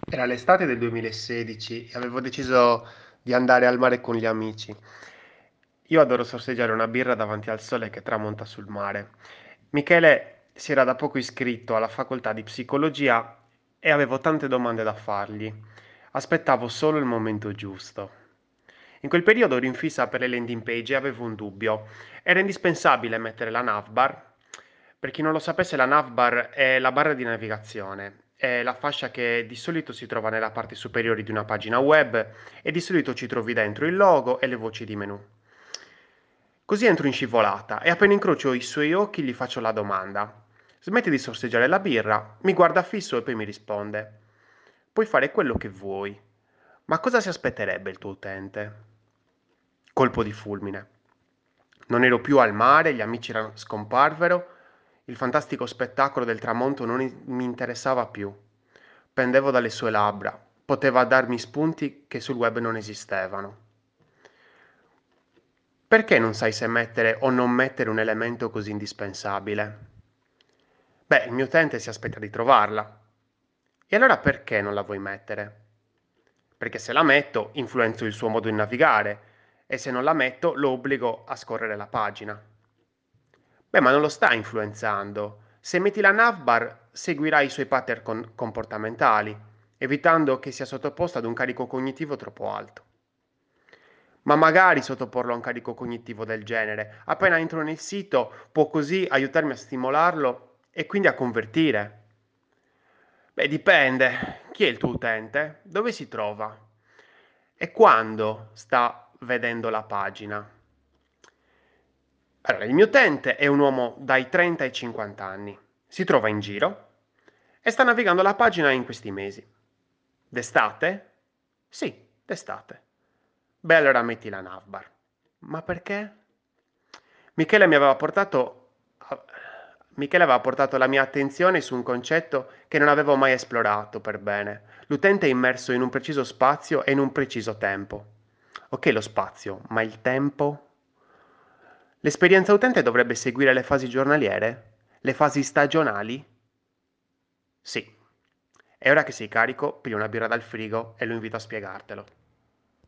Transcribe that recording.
Era l'estate del 2016 e avevo deciso di andare al mare con gli amici. Io adoro sorseggiare una birra davanti al sole che tramonta sul mare. Michele si era da poco iscritto alla facoltà di psicologia e avevo tante domande da fargli. Aspettavo solo il momento giusto. In quel periodo ero in fissa per le landing page e avevo un dubbio. Era indispensabile mettere la navbar. Per chi non lo sapesse, la navbar è la barra di navigazione. È la fascia che di solito si trova nella parte superiore di una pagina web e di solito ci trovi dentro il logo e le voci di menu. Così entro in scivolata e appena incrocio i suoi occhi gli faccio la domanda. Smette di sorseggiare la birra, mi guarda fisso e poi mi risponde. Puoi fare quello che vuoi, ma cosa si aspetterebbe il tuo utente? Colpo di fulmine. Non ero più al mare, gli amici scomparvero, il fantastico spettacolo del tramonto non mi interessava più. Pendevo dalle sue labbra, poteva darmi spunti che sul web non esistevano. Perché non sai se mettere o non mettere un elemento così indispensabile? Beh, il mio utente si aspetta di trovarla. E allora perché non la vuoi mettere? Perché se la metto influenzo il suo modo di navigare e se non la metto lo obbligo a scorrere la pagina. Beh, ma non lo sta influenzando. Se metti la navbar, seguirà i suoi pattern comportamentali, evitando che sia sottoposto ad un carico cognitivo troppo alto. Ma magari sottoporlo a un carico cognitivo del genere. Appena entro nel sito, può così aiutarmi a stimolarlo e quindi a convertire. Beh, dipende. Chi è il tuo utente? Dove si trova? E quando sta vedendo la pagina? Allora, il mio utente è un uomo dai 30 ai 50 anni. Si trova in giro e sta navigando la pagina in questi mesi. D'estate? Sì, d'estate. Beh, allora metti la navbar. Ma perché? Michele mi aveva portato... Michele aveva portato la mia attenzione su un concetto che non avevo mai esplorato per bene. L'utente è immerso in un preciso spazio e in un preciso tempo. Ok, lo spazio, ma il tempo? L'esperienza utente dovrebbe seguire le fasi giornaliere? Le fasi stagionali? Sì. E ora che sei carico, pigli una birra dal frigo e lo invito a spiegartelo.